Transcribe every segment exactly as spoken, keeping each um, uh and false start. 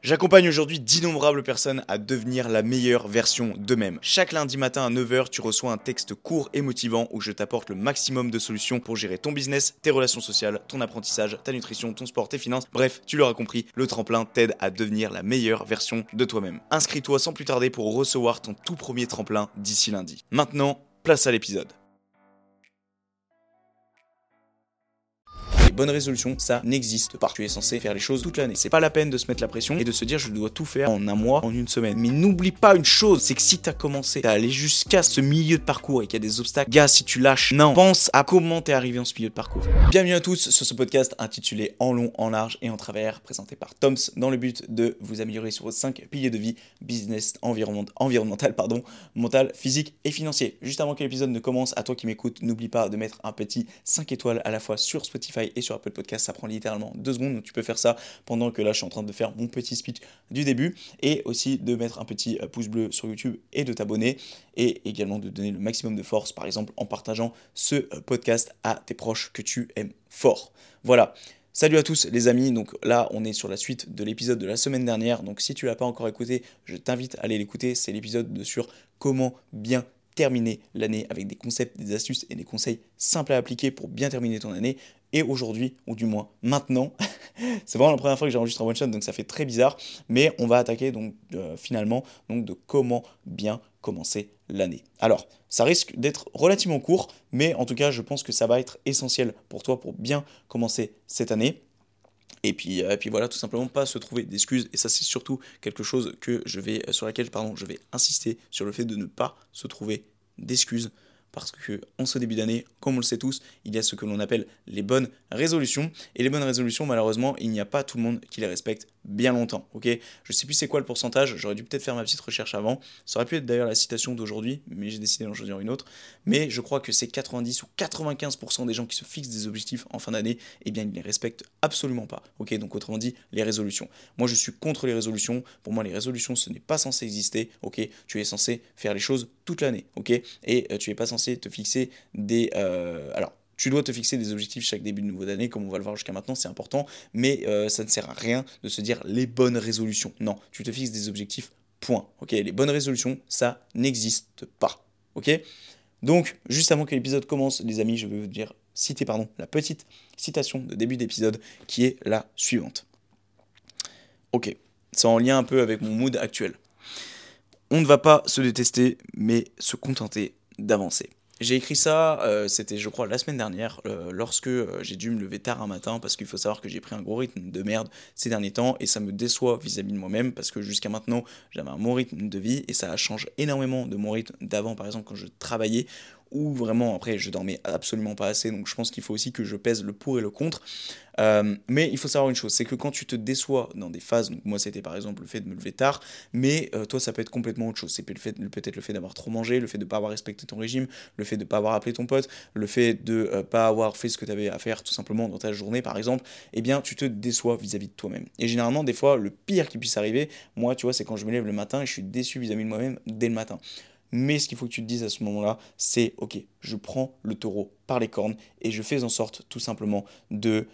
J'accompagne aujourd'hui d'innombrables personnes à devenir la meilleure version d'eux-mêmes. Chaque lundi matin à neuf heures, tu reçois un texte court et motivant où je t'apporte le maximum de solutions pour gérer ton business, tes relations sociales, ton apprentissage, ta nutrition, ton sport, tes finances. Bref, tu l'auras compris, le tremplin t'aide à devenir la meilleure version de toi-même. Inscris-toi sans plus tarder pour recevoir ton tout premier tremplin d'ici lundi. Maintenant, place à l'épisode. Les bonnes résolutions, ça n'existe pas. Tu es censé faire les choses toute l'année. C'est pas la peine de se mettre la pression et de se dire je dois tout faire en un mois, en une semaine. Mais n'oublie pas une chose, c'est que si t'as commencé à aller jusqu'à ce milieu de parcours et qu'il y a des obstacles, gars, si tu lâches, non, pense à comment t'es arrivé en ce milieu de parcours. Bienvenue à tous sur ce podcast intitulé En long, en large et en travers, présenté par Toms, dans le but de vous améliorer sur vos cinq piliers de vie, business, environnement, environnemental, pardon, mental, physique et financier. Juste avant que l'épisode ne commence, à toi qui m'écoutes, n'oublie pas de mettre un petit cinq étoiles à la fois sur Spotify et sur Apple Podcast, ça prend littéralement deux secondes, donc tu peux faire ça pendant que là je suis en train de faire mon petit speech du début, et aussi de mettre un petit pouce bleu sur YouTube et de t'abonner, et également de donner le maximum de force, par exemple en partageant ce podcast à tes proches que tu aimes fort. Voilà. Salut à tous les amis, donc là on est sur la suite de l'épisode de la semaine dernière, donc si tu l'as pas encore écouté, je t'invite à aller l'écouter, c'est l'épisode de sur comment bien terminer l'année avec des concepts, des astuces et des conseils simples à appliquer pour bien terminer ton année. Et aujourd'hui, ou du moins maintenant, c'est vraiment la première fois que j'enregistre un one shot, donc ça fait très bizarre, mais on va attaquer donc euh, finalement donc de comment bien commencer l'année. Alors, ça risque d'être relativement court, mais en tout cas, je pense que ça va être essentiel pour toi pour bien commencer cette année. Et puis, euh, et puis voilà, tout simplement pas se trouver d'excuses. Et ça, c'est surtout quelque chose que je vais, sur laquelle pardon, je vais insister sur le fait de ne pas se trouver d'excuses. Parce que en ce début d'année, comme on le sait tous, il y a ce que l'on appelle les bonnes résolutions. Et les bonnes résolutions, malheureusement, il n'y a pas tout le monde qui les respecte bien longtemps. Ok, je sais plus c'est quoi le pourcentage, j'aurais dû peut-être faire ma petite recherche avant. Ça aurait pu être d'ailleurs la citation d'aujourd'hui, mais j'ai décidé d'en choisir une autre. Mais je crois que c'est quatre-vingt-dix ou quatre-vingt-quinze pour cent des gens qui se fixent des objectifs en fin d'année, eh bien ils ne les respectent absolument pas. Ok, donc autrement dit, les résolutions. Moi je suis contre les résolutions. Pour moi, les résolutions, ce n'est pas censé exister. Ok, tu es censé faire les choses toute l'année. Ok, et euh, tu n'es pas censé te fixer des... Euh, alors, tu dois te fixer des objectifs chaque début de nouvelle année, comme on va le voir jusqu'à maintenant, c'est important, mais euh, ça ne sert à rien de se dire les bonnes résolutions. Non, tu te fixes des objectifs, point. Ok, les bonnes résolutions, ça n'existe pas. Ok, donc, juste avant que l'épisode commence, les amis, je vais vous dire, citer pardon, la petite citation de début d'épisode qui est la suivante. Ok, c'est en lien un peu avec mon mood actuel. On ne va pas se détester, mais se contenter d'avancer. J'ai écrit ça, euh, c'était je crois la semaine dernière, euh, lorsque euh, j'ai dû me lever tard un matin, parce qu'il faut savoir que j'ai pris un gros rythme de merde ces derniers temps, et ça me déçoit vis-à-vis de moi-même, parce que jusqu'à maintenant, j'avais un bon rythme de vie, et ça change énormément de mon rythme d'avant, par exemple quand je travaillais, où vraiment après je dormais absolument pas assez, donc je pense qu'il faut aussi que je pèse le pour et le contre. Euh, mais il faut savoir une chose, c'est que quand tu te déçois dans des phases, donc moi c'était par exemple le fait de me lever tard, mais euh, toi ça peut être complètement autre chose, c'est peut-être le fait, peut-être le fait d'avoir trop mangé, le fait de ne pas avoir respecté ton régime, le fait de ne pas avoir appelé ton pote, le fait de ne euh, pas avoir fait ce que tu avais à faire tout simplement dans ta journée par exemple, eh bien tu te déçois vis-à-vis de toi-même. Et généralement des fois le pire qui puisse arriver, moi tu vois, c'est quand je me lève le matin et je suis déçu vis-à-vis de moi-même dès le matin. Mais ce qu'il faut que tu te dises à ce moment-là, c'est ok, je prends le taureau par les cornes et je fais en sorte tout simplement de...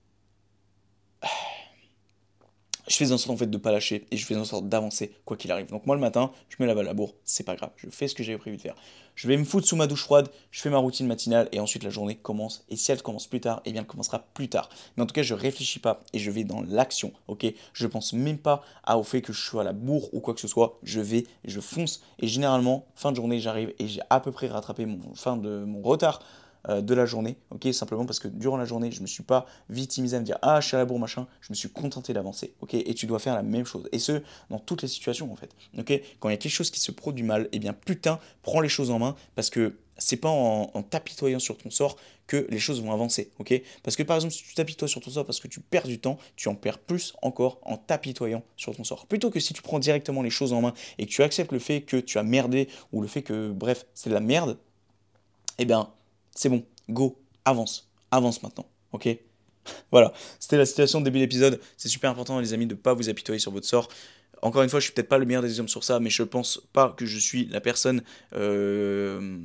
Je fais en sorte en fait de pas lâcher et je fais en sorte d'avancer quoi qu'il arrive. Donc moi le matin, je me lave à la bourre, c'est pas grave, je fais ce que j'avais prévu de faire. Je vais me foutre sous ma douche froide, je fais ma routine matinale et ensuite la journée commence. Et si elle commence plus tard, eh bien elle commencera plus tard. Mais en tout cas, je réfléchis pas et je vais dans l'action, ok? Je pense même pas à, au fait que je sois à la bourre ou quoi que ce soit. Je vais, je fonce et généralement fin de journée j'arrive et j'ai à peu près rattrapé mon fin de mon retard euh, de la journée, ok, simplement parce que durant la journée, je me suis pas victimisé à me dire ah je suis à la bourre machin, je me suis contenté d'avancer, ok, et tu dois faire la même chose, et ce dans toutes les situations en fait, ok, quand il y a quelque chose qui se produit mal, eh bien putain, prends les choses en main parce que c'est pas en, en t'apitoyant sur ton sort que les choses vont avancer, ok? Parce que par exemple, si tu t'apitoies sur ton sort parce que tu perds du temps, tu en perds plus encore en t'apitoyant sur ton sort. Plutôt que si tu prends directement les choses en main et que tu acceptes le fait que tu as merdé ou le fait que, bref, c'est de la merde, eh bien, c'est bon, go, avance, avance maintenant, ok? Voilà, c'était la situation de début d'épisode. C'est super important, les amis, de ne pas vous apitoyer sur votre sort. Encore une fois, je suis peut-être pas le meilleur des exemples sur ça, mais je pense pas que je suis la personne euh,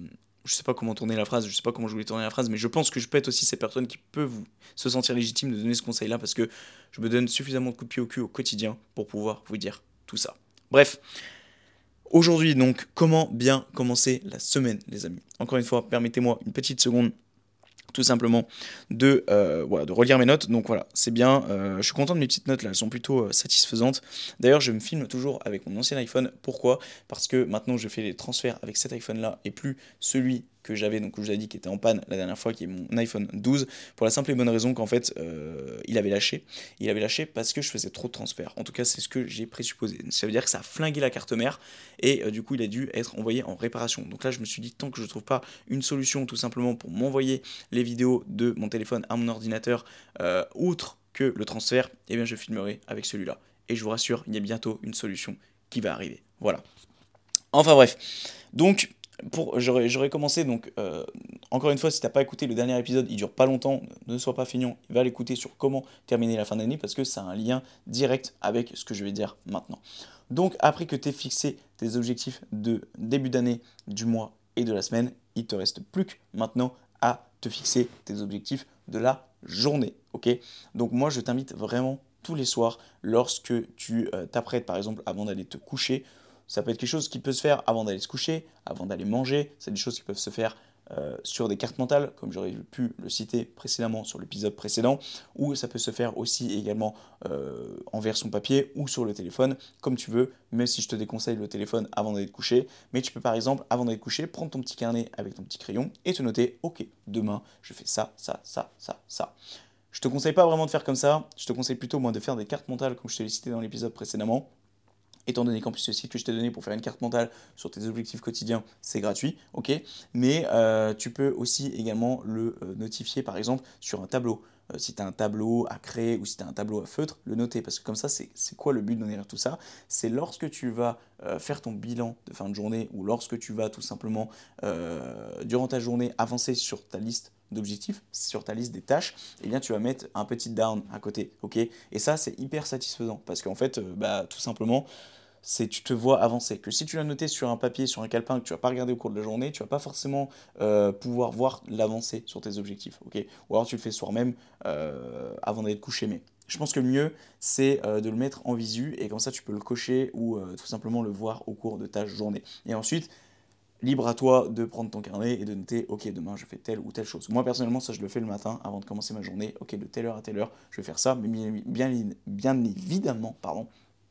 je sais pas comment tourner la phrase, je sais pas comment je voulais tourner la phrase, mais je pense que je peux être aussi ces personnes qui peuvent vous- se sentir légitimes de donner ce conseil-là parce que je me donne suffisamment de coups de pied au cul au quotidien pour pouvoir vous dire tout ça. Bref, aujourd'hui donc, comment bien commencer la semaine, les amis? Encore une fois, permettez-moi une petite seconde tout simplement de, euh, voilà, de relire mes notes. Donc voilà, c'est bien. Euh, je suis content de mes petites notes là, elles sont plutôt euh, satisfaisantes. D'ailleurs, je me filme toujours avec mon ancien iPhone. Pourquoi? Parce que maintenant je fais les transferts avec cet iPhone là et plus celui que j'avais, donc je vous ai dit qui était en panne la dernière fois, qui est mon iPhone douze, pour la simple et bonne raison qu'en fait euh, il avait lâché. Il avait lâché parce que je faisais trop de transferts. En tout cas, c'est ce que j'ai présupposé. Ça veut dire que ça a flingué la carte mère et euh, du coup il a dû être envoyé en réparation. Donc là, je me suis dit, tant que je ne trouve pas une solution tout simplement pour m'envoyer les vidéos de mon téléphone à mon ordinateur, euh, outre que le transfert, eh bien je filmerai avec celui-là. Et je vous rassure, il y a bientôt une solution qui va arriver. Voilà. Enfin bref. Donc, pour, j'aurais, j'aurais commencé, donc, euh, encore une fois, si t'as pas écouté le dernier épisode, il dure pas longtemps, ne sois pas feignant, va l'écouter sur comment terminer la fin d'année, parce que ça a un lien direct avec ce que je vais dire maintenant. Donc, après que tu aies fixé tes objectifs de début d'année, du mois et de la semaine, il te reste plus que maintenant à te fixer tes objectifs de la journée, ok? Donc moi, je t'invite vraiment tous les soirs, lorsque tu euh, t'apprêtes, par exemple, avant d'aller te coucher. Ça peut être quelque chose qui peut se faire avant d'aller se coucher, avant d'aller manger. C'est des choses qui peuvent se faire euh, sur des cartes mentales, comme j'aurais pu le citer précédemment sur l'épisode précédent, ou ça peut se faire aussi également euh, en version papier ou sur le téléphone, comme tu veux, même si je te déconseille le téléphone avant d'aller te coucher. Mais tu peux par exemple, avant d'aller te coucher, prendre ton petit carnet avec ton petit crayon et te noter, ok, demain, je fais ça, ça, ça, ça, ça. Je te conseille pas vraiment de faire comme ça, je te conseille plutôt moi de faire des cartes mentales, comme je te l'ai cité dans l'épisode précédemment. Étant donné qu'en plus, le site que je t'ai donné pour faire une carte mentale sur tes objectifs quotidiens, c'est gratuit, ok. Mais euh, tu peux aussi également le euh, notifier, par exemple, sur un tableau. Euh, si tu as un tableau à créer ou si tu as un tableau à feutre, le noter. Parce que comme ça, c'est c'est quoi le but de derrière tout ça? C'est lorsque tu vas euh, faire ton bilan de fin de journée ou lorsque tu vas tout simplement, euh, durant ta journée, avancer sur ta liste d'objectifs, sur ta liste des tâches, eh bien tu vas mettre un petit down à côté, ok. Et ça, c'est hyper satisfaisant parce qu'en fait, euh, bah, tout simplement, c'est tu te vois avancer. Que si tu l'as noté sur un papier, sur un calepin, que tu vas pas regarder au cours de la journée, tu vas pas forcément euh, pouvoir voir l'avancée sur tes objectifs, ok? Ou alors tu le fais soir même euh, avant d'aller te coucher. Mais je pense que le mieux, c'est euh, de le mettre en visu et comme ça tu peux le cocher ou euh, tout simplement le voir au cours de ta journée. Et ensuite, libre à toi de prendre ton carnet et de noter, ok, demain je fais telle ou telle chose. Moi personnellement, ça je le fais le matin avant de commencer ma journée. Ok, de telle heure à telle heure, je vais faire ça, mais bien, bien, bien évidemment, pardon,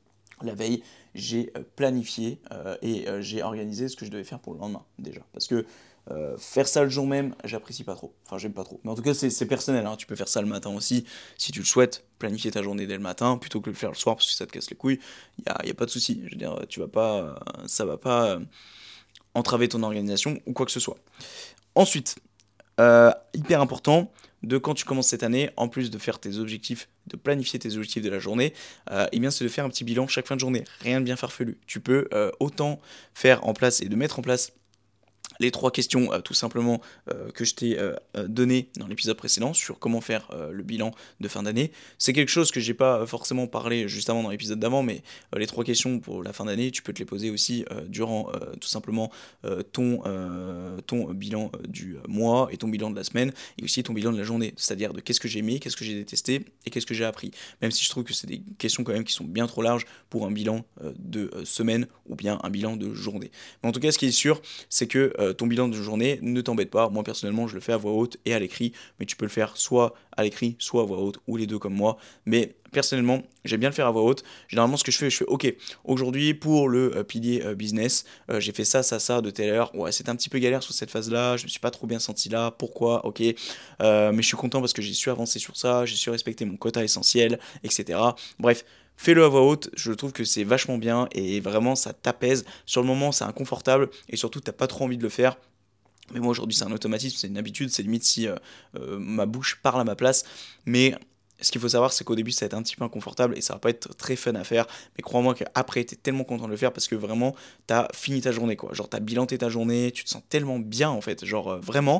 la veille, j'ai euh, planifié euh, et euh, j'ai organisé ce que je devais faire pour le lendemain déjà. Parce que euh, faire ça le jour même, j'apprécie pas trop. Enfin, j'aime pas trop. Mais en tout cas, c'est c'est personnel, hein. Tu peux faire ça le matin aussi, si tu le souhaites. Planifier ta journée dès le matin plutôt que de le faire le soir parce que ça te casse les couilles. Il y a, y a pas de souci. Je veux dire, tu vas pas, euh, ça va pas euh, entraver ton organisation ou quoi que ce soit. Ensuite, euh, hyper important, de quand tu commences cette année, en plus de faire tes objectifs, de planifier tes objectifs de la journée, euh, eh bien c'est de faire un petit bilan chaque fin de journée. Rien de bien farfelu. Tu peux euh, autant faire en place et de mettre en place les trois questions euh, tout simplement euh, que je t'ai euh, euh, donné dans l'épisode précédent sur comment faire euh, le bilan de fin d'année. C'est quelque chose que j'ai pas forcément parlé juste avant dans l'épisode d'avant, mais euh, les trois questions pour la fin d'année, tu peux te les poser aussi euh, durant euh, tout simplement euh, ton, euh, ton bilan euh, du mois et ton bilan de la semaine et aussi ton bilan de la journée, c'est-à-dire de qu'est-ce que j'ai aimé, qu'est-ce que j'ai détesté et qu'est-ce que j'ai appris. Même si je trouve que c'est des questions quand même qui sont bien trop larges pour un bilan euh, de euh, semaine ou bien un bilan de journée. Mais en tout cas, ce qui est sûr, c'est que euh, ton bilan de journée ne t'embête pas. Moi personnellement, je le fais à voix haute et à l'écrit, mais tu peux le faire soit à l'écrit, soit à voix haute, ou les deux comme moi. Mais personnellement, j'aime bien le faire à voix haute. Généralement, ce que je fais, je fais OK, aujourd'hui pour le euh, pilier euh, business, euh, j'ai fait ça, ça, ça de telle heure. Ouais, c'était un petit peu galère sur cette phase-là, je me suis pas trop bien senti là. Pourquoi? OK, Euh, mais je suis content parce que j'ai su avancer sur ça, j'ai su respecter mon quota essentiel, et cetera. Bref. Fais-le à voix haute, je trouve que c'est vachement bien et vraiment ça t'apaise. Sur le moment, c'est inconfortable et surtout, t'as pas trop envie de le faire. Mais moi aujourd'hui, c'est un automatisme, c'est une habitude, c'est limite si euh, euh, ma bouche parle à ma place. Mais ce qu'il faut savoir, c'est qu'au début, ça va être un petit peu inconfortable et ça va pas être très fun à faire. Mais crois-moi qu'après, t'es tellement content de le faire parce que vraiment, t'as fini ta journée, quoi. Genre, t'as bilanté ta journée, tu te sens tellement bien, en fait. Genre, euh, vraiment,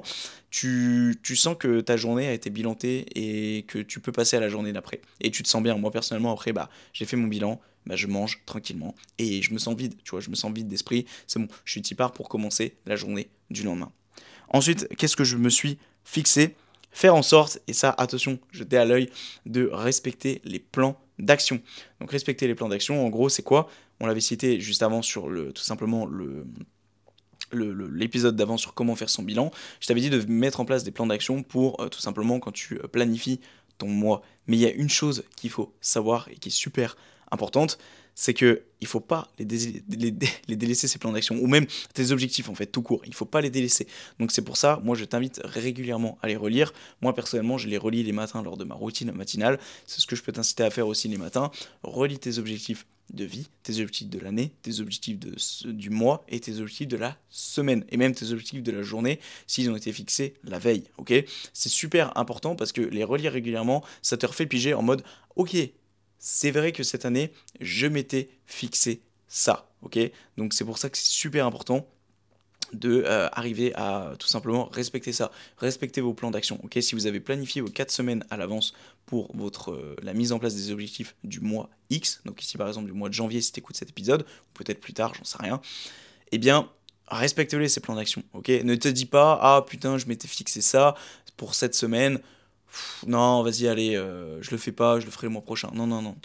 tu, tu sens que ta journée a été bilantée et que tu peux passer à la journée d'après. Et tu te sens bien. Moi, personnellement, après, bah, j'ai fait mon bilan. Bah, je mange tranquillement et je me sens vide, tu vois, je me sens vide d'esprit. C'est bon, je suis typard pour commencer la journée du lendemain. Ensuite, qu'est-ce que je me suis fixé ? Faire en sorte, et ça, attention, jetez à l'œil, de respecter les plans d'action. Donc respecter les plans d'action, en gros, c'est quoi ? On l'avait cité juste avant sur le, tout simplement le, le, le, l'épisode d'avant sur comment faire son bilan. Je t'avais dit de mettre en place des plans d'action pour euh, tout simplement quand tu euh, planifies ton mois. Mais il y a une chose qu'il faut savoir et qui est super importante, c'est qu'il ne faut pas les, dé- les, dé- les délaisser, ces plans d'action, ou même tes objectifs en fait, tout court, il ne faut pas les délaisser. Donc c'est pour ça, moi je t'invite régulièrement à les relire. Moi personnellement, je les relis les matins lors de ma routine matinale, c'est ce que je peux t'inciter à faire aussi les matins. Relis tes objectifs de vie, tes objectifs de l'année, tes objectifs de, du mois et tes objectifs de la semaine, et même tes objectifs de la journée s'ils ont été fixés la veille, ok ? C'est super important parce que les relire régulièrement, ça te refait piger en mode, ok, c'est vrai que cette année, je m'étais fixé ça, ok ? Donc c'est pour ça que c'est super important de euh, arriver à tout simplement respecter ça, respecter vos plans d'action, ok ? Si vous avez planifié vos quatre semaines à l'avance pour votre, euh, la mise en place des objectifs du mois X, donc ici par exemple du mois de janvier si tu écoutes cet épisode, ou peut-être plus tard, j'en sais rien, eh bien, respecte-les ces plans d'action, ok ? Ne te dis pas, ah putain, je m'étais fixé ça pour cette semaine, Pff, non, vas-y, allez, euh, je le fais pas, je le ferai le mois prochain. Non, non, non.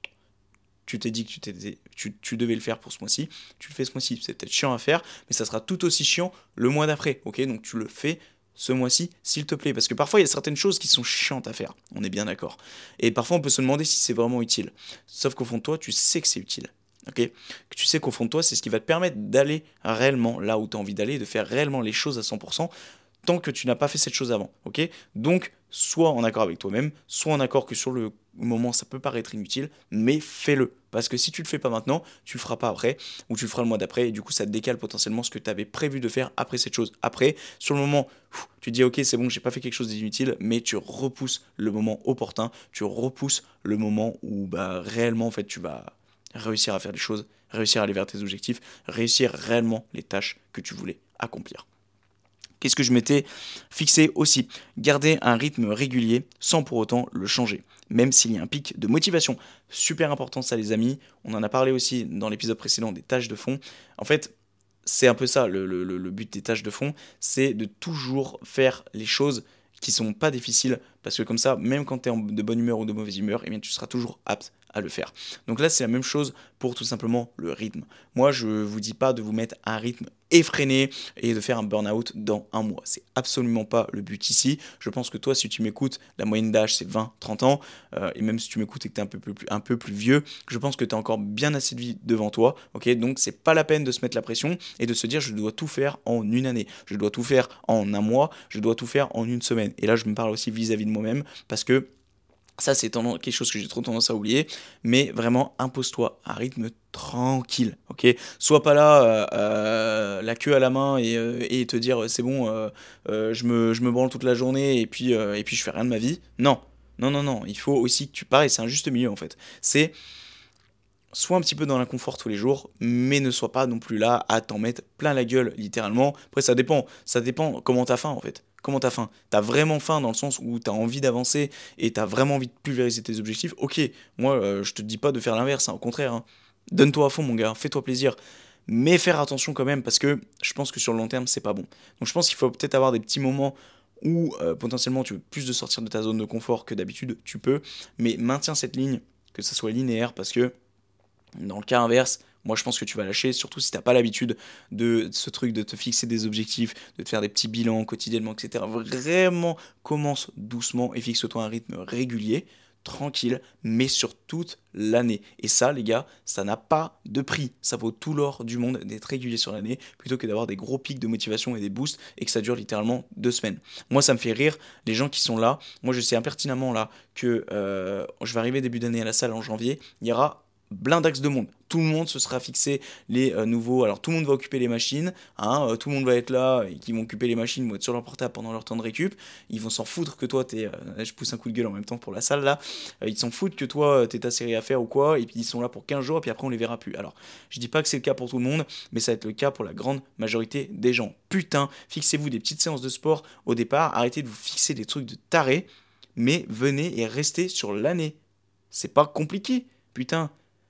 Tu t'es dit que tu, t'étais, tu, tu devais le faire pour ce mois-ci, tu le fais ce mois-ci. C'est peut-être chiant à faire, mais ça sera tout aussi chiant le mois d'après, ok ? Donc tu le fais ce mois-ci, s'il te plaît. Parce que parfois, il y a certaines choses qui sont chiantes à faire, on est bien d'accord. Et parfois, on peut se demander si c'est vraiment utile. Sauf qu'au fond de toi, tu sais que c'est utile. Ok, que tu sais qu'au fond de toi, c'est ce qui va te permettre d'aller réellement là où tu as envie d'aller, de faire réellement les choses à cent pour cent, tant que tu n'as pas fait cette chose avant, ok ? Donc, soit en accord avec toi-même, soit en accord que sur le moment, ça peut paraître inutile, mais fais-le. Parce que si tu le fais pas maintenant, tu le feras pas après, ou tu le feras le mois d'après, et du coup, ça décale potentiellement ce que tu avais prévu de faire après cette chose. Après, sur le moment, tu te dis, ok, c'est bon, j'ai pas fait quelque chose d'inutile, mais tu repousses le moment opportun, tu repousses le moment où bah, réellement, en fait, tu vas réussir à faire des choses, réussir à aller vers tes objectifs, réussir réellement les tâches que tu voulais accomplir. Qu'est-ce que je m'étais fixé aussi ? Garder un rythme régulier sans pour autant le changer, même s'il y a un pic de motivation. Super important ça les amis, on en a parlé aussi dans l'épisode précédent des tâches de fond. En fait, c'est un peu ça le, le, le but des tâches de fond, c'est de toujours faire les choses qui sont pas difficiles, parce que comme ça, même quand tu es de bonne humeur ou de mauvaise humeur, eh bien, tu seras toujours apte à le faire. Donc là, c'est la même chose pour tout simplement le rythme. Moi, je ne vous dis pas de vous mettre un rythme effréné et de faire un burn-out dans un mois. C'est absolument pas le but ici. Je pense que toi, si tu m'écoutes, la moyenne d'âge, c'est vingt trente ans. Euh, et même si tu m'écoutes et que tu es un peu plus, un peu plus vieux, je pense que tu as encore bien assez de vie devant toi. Okay, donc, c'est pas la peine de se mettre la pression et de se dire je dois tout faire en une année. Je dois tout faire en un mois. Je dois tout faire en une semaine. Et là, je me parle aussi vis-à-vis de moi-même parce que ça, c'est tendance, quelque chose que j'ai trop tendance à oublier, mais vraiment, impose-toi un rythme tranquille, ok ? Sois pas là, euh, euh, la queue à la main et, euh, et te dire c'est bon, euh, euh, je, me, je me branle toute la journée et puis, euh, et puis je fais rien de ma vie. Non, non, non, non, il faut aussi que tu pareil, c'est un juste milieu en fait. C'est sois un petit peu dans l'inconfort tous les jours, mais ne sois pas non plus là à t'en mettre plein la gueule, littéralement. Après, ça dépend, ça dépend comment t'as faim en fait. Comment t'as faim ? T'as vraiment faim dans le sens où t'as envie d'avancer et t'as vraiment envie de pulvériser tes objectifs. Ok, moi euh, je te dis pas de faire l'inverse, hein, au contraire. Hein. Donne-toi à fond mon gars, fais-toi plaisir. Mais faire attention quand même parce que je pense que sur le long terme c'est pas bon. Donc je pense qu'il faut peut-être avoir des petits moments où euh, potentiellement tu veux plus de sortir de ta zone de confort que d'habitude, tu peux. Mais maintiens cette ligne, que ça soit linéaire parce que dans le cas inverse, moi je pense que tu vas lâcher, surtout si tu n'as pas l'habitude de ce truc de te fixer des objectifs, de te faire des petits bilans quotidiennement, et cetera. Vraiment, commence doucement et fixe-toi un rythme régulier, tranquille, mais sur toute l'année. Et ça, les gars, ça n'a pas de prix. Ça vaut tout l'or du monde d'être régulier sur l'année, plutôt que d'avoir des gros pics de motivation et des boosts, et que ça dure littéralement deux semaines. Moi, ça me fait rire, les gens qui sont là. Moi, je sais impertinemment là que euh, je vais arriver début d'année à la salle en janvier. Il y aura blindax de monde. Tout le monde se sera fixé les euh, nouveaux. Alors tout le monde va occuper les machines, hein, euh, tout le monde va être là et qui vont occuper les machines, vont être sur leur portable pendant leur temps de récup. Ils vont s'en foutre que toi t'es. Euh, je pousse un coup de gueule en même temps pour la salle là. Euh, ils s'en foutent que toi t'es ta série à faire ou quoi, et puis ils sont là pour quinze jours et puis après on les verra plus. Alors je dis pas que c'est le cas pour tout le monde, mais ça va être le cas pour la grande majorité des gens. Putain, fixez-vous des petites séances de sport au départ, arrêtez de vous fixer des trucs de taré, mais venez et restez sur l'année. C'est pas compliqué, putain.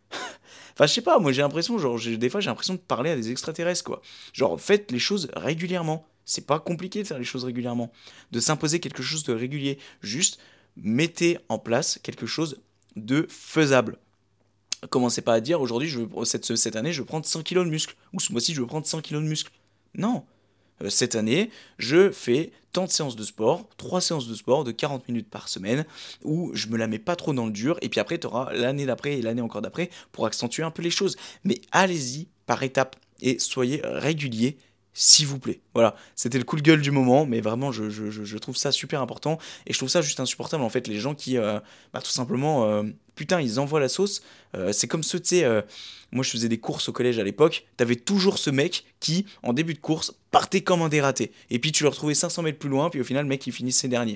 Enfin, je sais pas, moi j'ai l'impression, genre, j'ai, des fois j'ai l'impression de parler à des extraterrestres, quoi. Genre, faites les choses régulièrement. C'est pas compliqué de faire les choses régulièrement, de s'imposer quelque chose de régulier. Juste mettez en place quelque chose de faisable. Commencez pas à dire aujourd'hui, je veux, cette, cette année, je veux prendre cent kilos de muscle, ou ce mois-ci, je veux prendre cent kilos de muscle. Non. Euh, cette année, je fais tant de séances de sport, trois séances de sport de quarante minutes par semaine, où je me la mets pas trop dans le dur, et puis après, tu auras l'année d'après et l'année encore d'après pour accentuer un peu les choses. Mais allez-y par étapes et soyez réguliers, s'il vous plaît. Voilà, c'était le coup de gueule du moment, mais vraiment, je, je, je- je trouve ça super important, et je trouve ça juste insupportable, en fait, les gens qui, euh, bah, tout simplement, euh, putain, ils envoient la sauce. Euh, c'est comme ceux, tu sais, euh, moi je faisais des courses au collège à l'époque, t'avais toujours ce mec qui, en début de course, partait comme un dératé. Et puis tu le retrouvais cinq cents mètres plus loin, puis au final, le mec, il finissait dernier.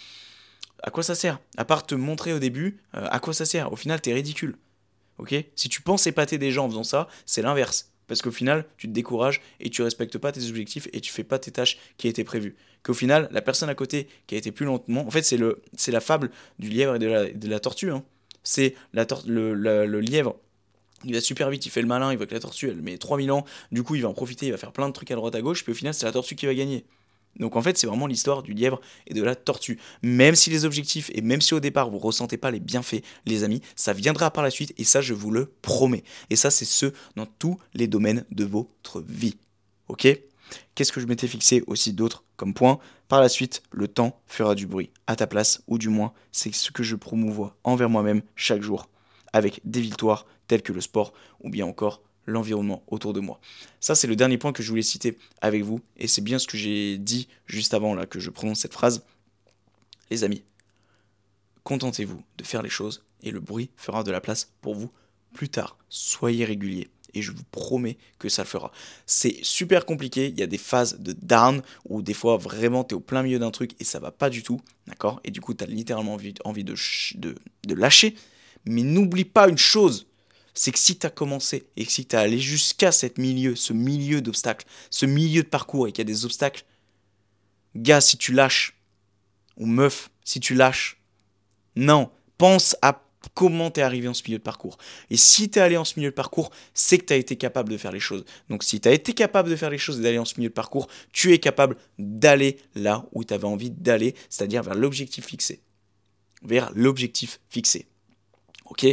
À quoi ça sert? À part te montrer au début, euh, à quoi ça sert? Au final, t'es ridicule. Ok? Si tu penses épater des gens en faisant ça, c'est l'inverse. Parce qu'au final, tu te décourages et tu respectes pas tes objectifs et tu fais pas tes tâches qui étaient prévues. Qu'au final, la personne à côté qui a été plus lentement, en fait, c'est le, c'est la fable du lièvre et de la, de la tortue. Hein. C'est la tor- le, la- le lièvre, il va super vite, il fait le malin, il voit que la tortue, elle met trois mille ans, du coup, il va en profiter, il va faire plein de trucs à droite à gauche, puis au final, c'est la tortue qui va gagner. Donc en fait, c'est vraiment l'histoire du lièvre et de la tortue. Même si les objectifs et même si au départ vous ressentez pas les bienfaits, les amis, ça viendra par la suite et ça, je vous le promets. Et ça, c'est ce dans tous les domaines de votre vie. Ok? Qu'est-ce que je m'étais fixé aussi d'autre comme point? Par la suite, le temps fera du bruit à ta place, ou du moins, c'est ce que je promouvois envers moi-même chaque jour, avec des victoires telles que le sport ou bien encore l'environnement autour de moi. Ça, c'est le dernier point que je voulais citer avec vous, et c'est bien ce que j'ai dit juste avant là que je prononce cette phrase. Les amis, contentez-vous de faire les choses, et le bruit fera de la place pour vous plus tard. Soyez réguliers. Et je vous promets que ça le fera. C'est super compliqué, il y a des phases de down où des fois vraiment tu es au plein milieu d'un truc et ça va pas du tout, d'accord? Et du coup tu as littéralement envie, envie de, de, de lâcher. Mais n'oublie pas une chose, c'est que si tu as commencé et que si tu as allé jusqu'à cette milieu, ce milieu d'obstacles, ce milieu de parcours et qu'il y a des obstacles, gars, si tu lâches, ou meuf, si tu lâches, non, pense à comment t'es arrivé en ce milieu de parcours. Et si t'es allé en ce milieu de parcours, c'est que t'as été capable de faire les choses. Donc si t'as été capable de faire les choses et d'aller en ce milieu de parcours, tu es capable d'aller là où t'avais envie d'aller, c'est-à-dire vers l'objectif fixé. Vers l'objectif fixé. Ok?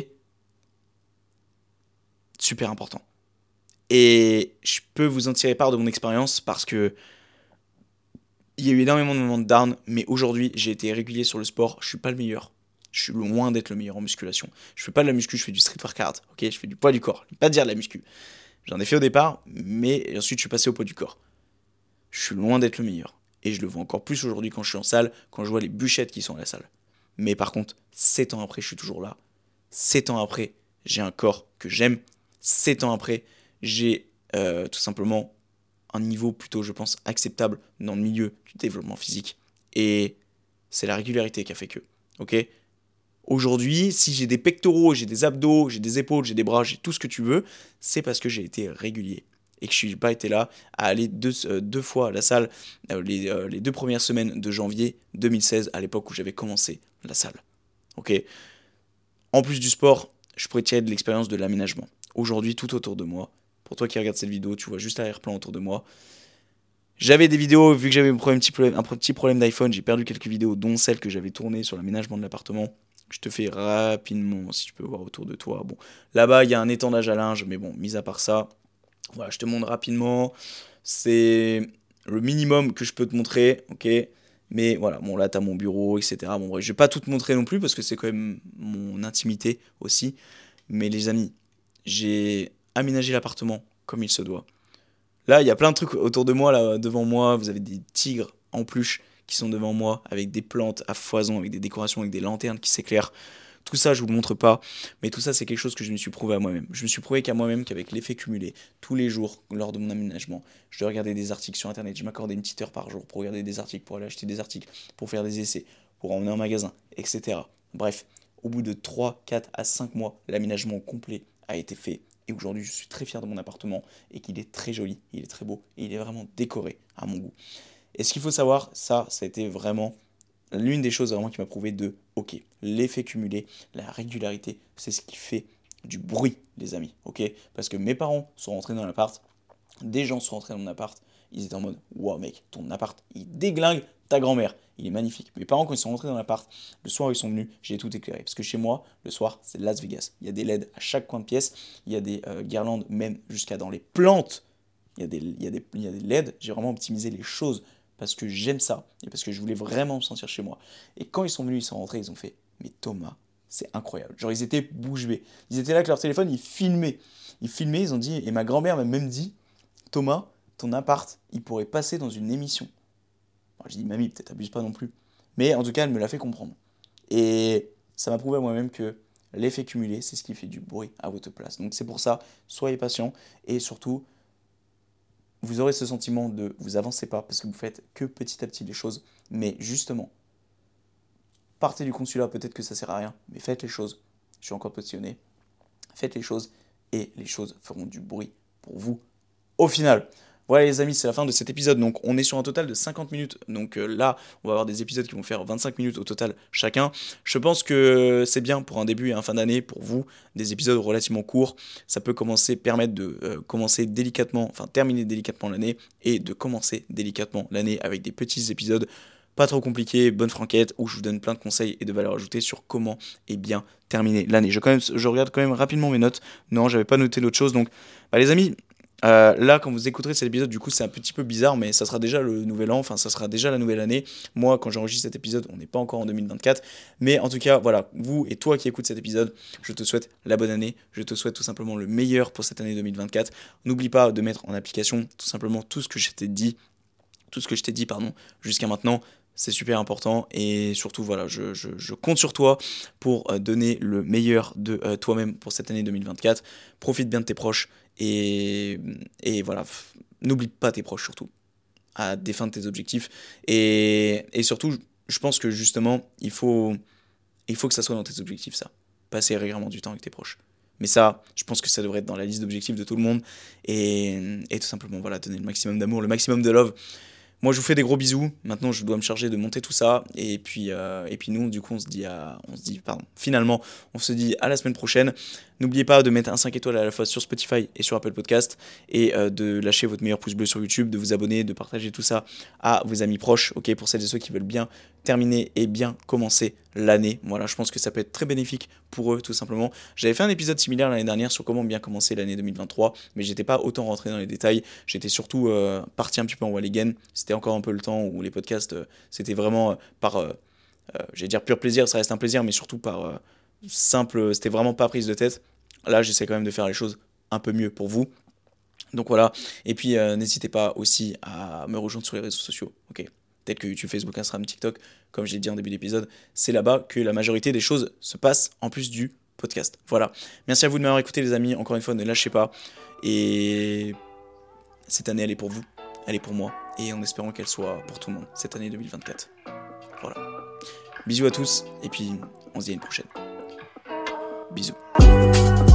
Super important. Et je peux vous en tirer part de mon expérience parce que il y a eu énormément de moments de down, mais aujourd'hui, j'ai été régulier sur le sport. Je suis pas le meilleur. Je suis loin d'être le meilleur en musculation. Je fais pas de la muscu, je fais du street workout. Ok, je fais du poids du corps. Je vais pas dire de la muscu. J'en ai fait au départ, mais ensuite je suis passé au poids du corps. Je suis loin d'être le meilleur. Et je le vois encore plus aujourd'hui quand je suis en salle, quand je vois les bûchettes qui sont à la salle. Mais par contre, sept ans après, je suis toujours là. Sept ans après, j'ai un corps que j'aime. Sept ans après, j'ai euh, tout simplement un niveau plutôt, je pense, acceptable dans le milieu du développement physique. Et c'est la régularité qui a fait que. Ok? Aujourd'hui, si j'ai des pectoraux, j'ai des abdos, j'ai des épaules, j'ai des bras, j'ai tout ce que tu veux, c'est parce que j'ai été régulier. Et que je n'ai pas été là à aller deux, euh, deux fois à la salle euh, les, euh, les deux premières semaines de janvier deux mille seize, à l'époque où j'avais commencé la salle. Ok? En plus du sport, je pourrais tirer de l'expérience de l'aménagement. Aujourd'hui, tout autour de moi, pour toi qui regardes cette vidéo, tu vois juste l'arrière-plan autour de moi. J'avais des vidéos, vu que j'avais un petit problème, un petit problème d'iPhone, j'ai perdu quelques vidéos, dont celle que j'avais tournée sur l'aménagement de l'appartement. Je te fais rapidement, si tu peux voir autour de toi. Bon, là-bas, il y a un étendage à linge, mais bon, mis à part ça, voilà, je te montre rapidement. C'est le minimum que je peux te montrer, ok? Mais voilà, bon, là, t'as mon bureau, et cetera. Bon, bref, je vais pas tout te montrer non plus, parce que c'est quand même mon intimité aussi. Mais les amis, j'ai aménagé l'appartement comme il se doit. Là, il y a plein de trucs autour de moi, là, devant moi. Vous avez des tigres en peluche qui sont devant moi, avec des plantes à foison, avec des décorations, avec des lanternes qui s'éclairent. Tout ça, je vous le montre pas, mais tout ça, c'est quelque chose que je me suis prouvé à moi-même. Je me suis prouvé qu'à moi-même, qu'avec l'effet cumulé, tous les jours, lors de mon aménagement, je regardais des articles sur Internet, je m'accordais une petite heure par jour pour regarder des articles, pour aller acheter des articles, pour faire des essais, pour emmener en magasin, et cetera. Bref, au bout de trois, quatre à cinq mois, l'aménagement complet a été fait. Et aujourd'hui, je suis très fier de mon appartement et qu'il est très joli, il est très beau et il est vraiment décoré à mon goût. Et ce qu'il faut savoir, ça, ça a été vraiment l'une des choses vraiment qui m'a prouvé de, ok, l'effet cumulé, la régularité, c'est ce qui fait du bruit, les amis, ok? Parce que mes parents sont rentrés dans l'appart, des gens sont rentrés dans mon appart, ils étaient en mode « Wow mec, ton appart, il déglingue ta grand-mère, il est magnifique ». Mes parents, quand ils sont rentrés dans l'appart, le soir où ils sont venus, j'ai tout éclairé. Parce que chez moi, le soir, c'est Las Vegas. Il y a des L E D à chaque coin de pièce, il y a des euh, guirlandes même jusqu'à dans les plantes. Il y a des, il y a des, il y a des L E D, j'ai vraiment optimisé les choses parce que j'aime ça et parce que je voulais vraiment me sentir chez moi. Et quand ils sont venus, ils sont rentrés, ils ont fait « Mais Thomas, c'est incroyable ». Genre ils étaient bouche bée. Ils étaient là avec leur téléphone, ils filmaient. Ils filmaient, ils ont dit, et ma grand-mère m'a même dit « Thomas, ton appart, il pourrait passer dans une émission ». Alors, je dis « Mamie, peut-être abuse pas non plus ». Mais en tout cas, elle me l'a fait comprendre. Et ça m'a prouvé à moi-même que l'effet cumulé, c'est ce qui fait du bruit à votre place. Donc c'est pour ça, soyez patient et surtout, vous aurez ce sentiment de vous avancez pas parce que vous faites que petit à petit les choses. Mais justement, partez du consulat, peut-être que ça sert à rien, mais faites les choses. Je suis encore positionné. Faites les choses et les choses feront du bruit pour vous au final. Voilà les amis, c'est la fin de cet épisode. Donc on est sur un total de cinquante minutes. Donc euh, là, on va avoir des épisodes qui vont faire vingt-cinq minutes au total chacun. Je pense que c'est bien pour un début et un fin d'année pour vous, des épisodes relativement courts. Ça peut commencer, permettre de euh, commencer délicatement, enfin terminer délicatement l'année et de commencer délicatement l'année avec des petits épisodes pas trop compliqués, bonne franquette, où je vous donne plein de conseils et de valeurs ajoutées sur comment et bien terminer l'année. Je, quand même, je regarde quand même rapidement mes notes. Non, j'avais pas noté d'autres choses. Donc bah, les amis, Euh, là, quand vous écouterez cet épisode, du coup, c'est un petit peu bizarre, mais ça sera déjà le nouvel an, enfin, ça sera déjà la nouvelle année. Moi, quand j'enregistre cet épisode, on n'est pas encore en deux mille vingt-quatre. Mais en tout cas, voilà, vous et toi qui écoutes cet épisode, je te souhaite la bonne année. Je te souhaite tout simplement le meilleur pour cette année deux mille vingt-quatre. N'oublie pas de mettre en application tout simplement tout ce que je t'ai dit, tout ce que je t'ai dit, pardon, jusqu'à maintenant. C'est super important et surtout voilà, je, je, je compte sur toi pour euh, donner le meilleur de euh, toi-même pour cette année deux mille vingt-quatre. Profite bien de tes proches et, et voilà, f- n'oublie pas tes proches surtout à défendre tes objectifs et, et surtout je pense que justement il faut, il faut que ça soit dans tes objectifs ça, passer régulièrement du temps avec tes proches. Mais ça, je pense que ça devrait être dans la liste d'objectifs de tout le monde et, et tout simplement voilà, donner le maximum d'amour, le maximum de love. Moi, je vous fais des gros bisous. Maintenant, je dois me charger de monter tout ça. Et puis, euh, et puis nous, du coup, on se dit, à, on se dit, pardon, finalement, on se dit à la semaine prochaine. N'oubliez pas de mettre un cinq étoiles à la fois sur Spotify et sur Apple Podcast et euh, de lâcher votre meilleur pouce bleu sur YouTube, de vous abonner, de partager tout ça à vos amis proches, ok, pour celles et ceux qui veulent bien terminer et bien commencer l'année. Voilà, je pense que ça peut être très bénéfique pour eux, tout simplement. J'avais fait un épisode similaire l'année dernière sur comment bien commencer l'année deux mille vingt-trois, mais j'étais pas autant rentré dans les détails. J'étais surtout euh, parti un petit peu en Walligan. C'était encore un peu le temps où les podcasts, euh, c'était vraiment euh, par, euh, euh, j'allais dire pur plaisir, ça reste un plaisir, mais surtout par euh, simple, c'était vraiment pas prise de tête. Là, j'essaie quand même de faire les choses un peu mieux pour vous. Donc voilà, et puis euh, n'hésitez pas aussi à me rejoindre sur les réseaux sociaux, ok. Peut-être que YouTube, Facebook, Instagram, TikTok, comme je l'ai dit en début d'épisode, c'est là-bas que la majorité des choses se passent en plus du podcast. Voilà. Merci à vous de m'avoir écouté les amis. Encore une fois, ne lâchez pas. Et cette année, elle est pour vous, elle est pour moi. Et en espérant qu'elle soit pour tout le monde, cette année deux mille vingt-quatre. Voilà. Bisous à tous, et puis on se dit à une prochaine. Bisous.